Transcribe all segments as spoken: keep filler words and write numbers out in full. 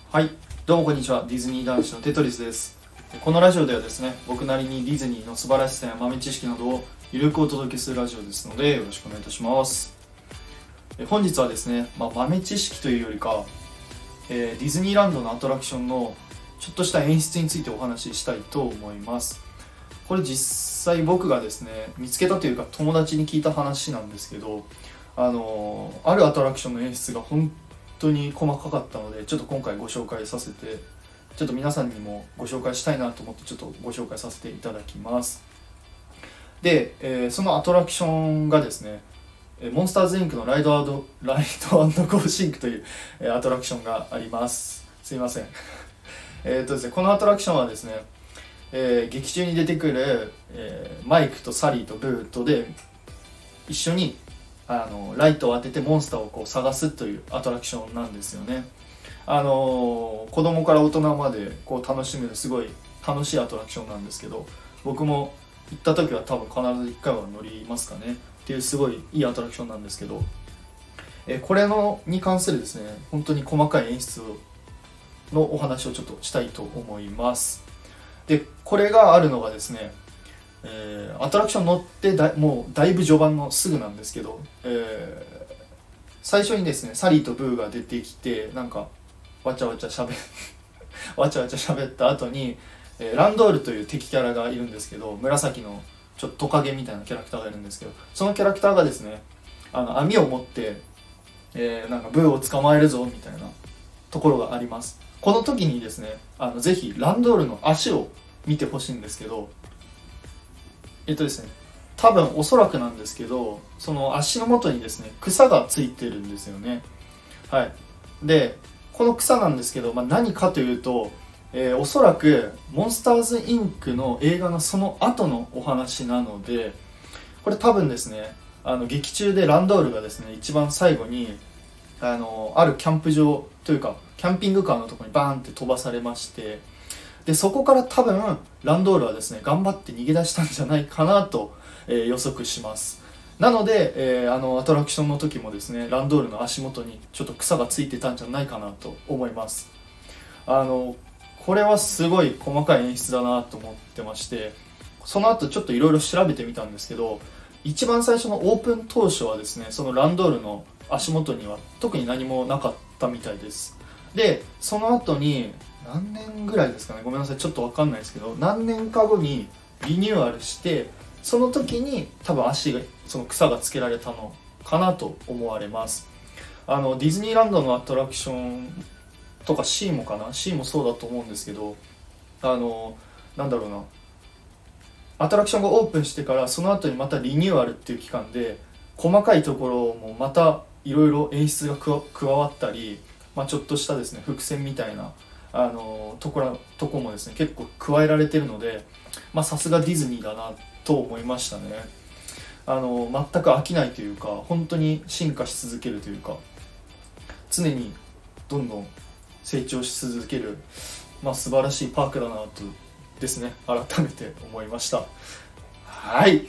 はい、どうもこんにちは。ディズニー男子のテトリスです。このラジオではですね、僕なりにディズニーの素晴らしさや豆知識などをゆるくお届けするラジオですので、よろしくお願いいたします。本日はですね、まあ、豆知識というよりか、えー、ディズニーランドのアトラクションのちょっとした演出についてお話ししたいと思います。これ実際僕がですね、見つけたというか友達に聞いた話なんですけど、あのー、あるアトラクションの演出が本当に細かかったので、ちょっと今回ご紹介させてちょっと皆さんにもご紹介したいなと思ってちょっとご紹介させていただきます。で、えー、そのアトラクションがですね、モンスターズインクのライドアドライドゴーシンクという、えー、アトラクションがあります。すいませんえっとですねこのアトラクションはですね、えー、劇中に出てくる、えー、マイクとサリーとブーとで一緒にあのライトを当ててモンスターをこう探すというアトラクションなんですよね。あの子供から大人までこう楽しめるすごい楽しいアトラクションなんですけど、僕も行った時は多分必ずいっかいは乗りますかねっていうすごいいいアトラクションなんですけど、えこれのに関するですね本当に細かい演出のお話をちょっとしたいと思います。でこれがあるのがですね、えー、アトラクション乗ってだもうだいぶ序盤のすぐなんですけど、えー、最初にですねサリーとブーが出てきてなんかわちゃわちゃしゃべわちゃわちゃしゃべった後に、えー、ランドールという敵キャラがいるんですけど、紫のちょっとトカゲみたいなキャラクターがいるんですけど、そのキャラクターがですねあの網を持って、えー、なんかブーを捕まえるぞみたいなところがあります。この時にですねあのぜひランドールの足を見てほしいんですけど、えっとですね多分おそらくなんですけど、その足の元にですね草がついてるんですよね。はい。でこの草なんですけど、まあ、何かというと、えー、おそらくモンスターズインクの映画のその後のお話なので、これ多分ですねあの劇中でランドールがですね一番最後にあのあるキャンプ場というかキャンピングカーのところにバーンって飛ばされまして、でそこから多分ランドールはですね頑張って逃げ出したんじゃないかなと、えー、予測します。なので、えー、あのアトラクションの時もですねランドールの足元にちょっと草がついてたんじゃないかなと思います。あのこれはすごい細かい演出だなと思ってまして、その後ちょっといろいろ調べてみたんですけど、一番最初のオープン当初はですねそのランドールの足元には特に何もなかったみたいです。でその後に何年ぐらいですかね、ごめんなさいちょっと分かんないですけど、何年か後にリニューアルして、その時に多分足がその草がつけられたのかなと思われます。あのディズニーランドのアトラクションとか C もかな C もそうだと思うんですけど、あのなんだろうなアトラクションがオープンしてからその後にまたリニューアルっていう期間で細かいところもまたいろいろ演出が加わったり、まあ、ちょっとしたですね伏線みたいなあのところとこもですね結構加えられてるので、さすがディズニーだなと思いましたね。あの全く飽きないというか本当に進化し続けるというか常にどんどん成長し続ける、まあ、素晴らしいパークだなとですね改めて思いました。はい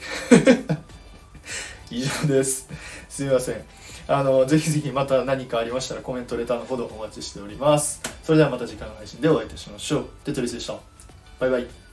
以上です。すみません。あのぜひぜひまた何かありましたらコメントレターのほどお待ちしております。それではまた次回の配信でお会いいたしましょう。テトリスでした。バイバイ。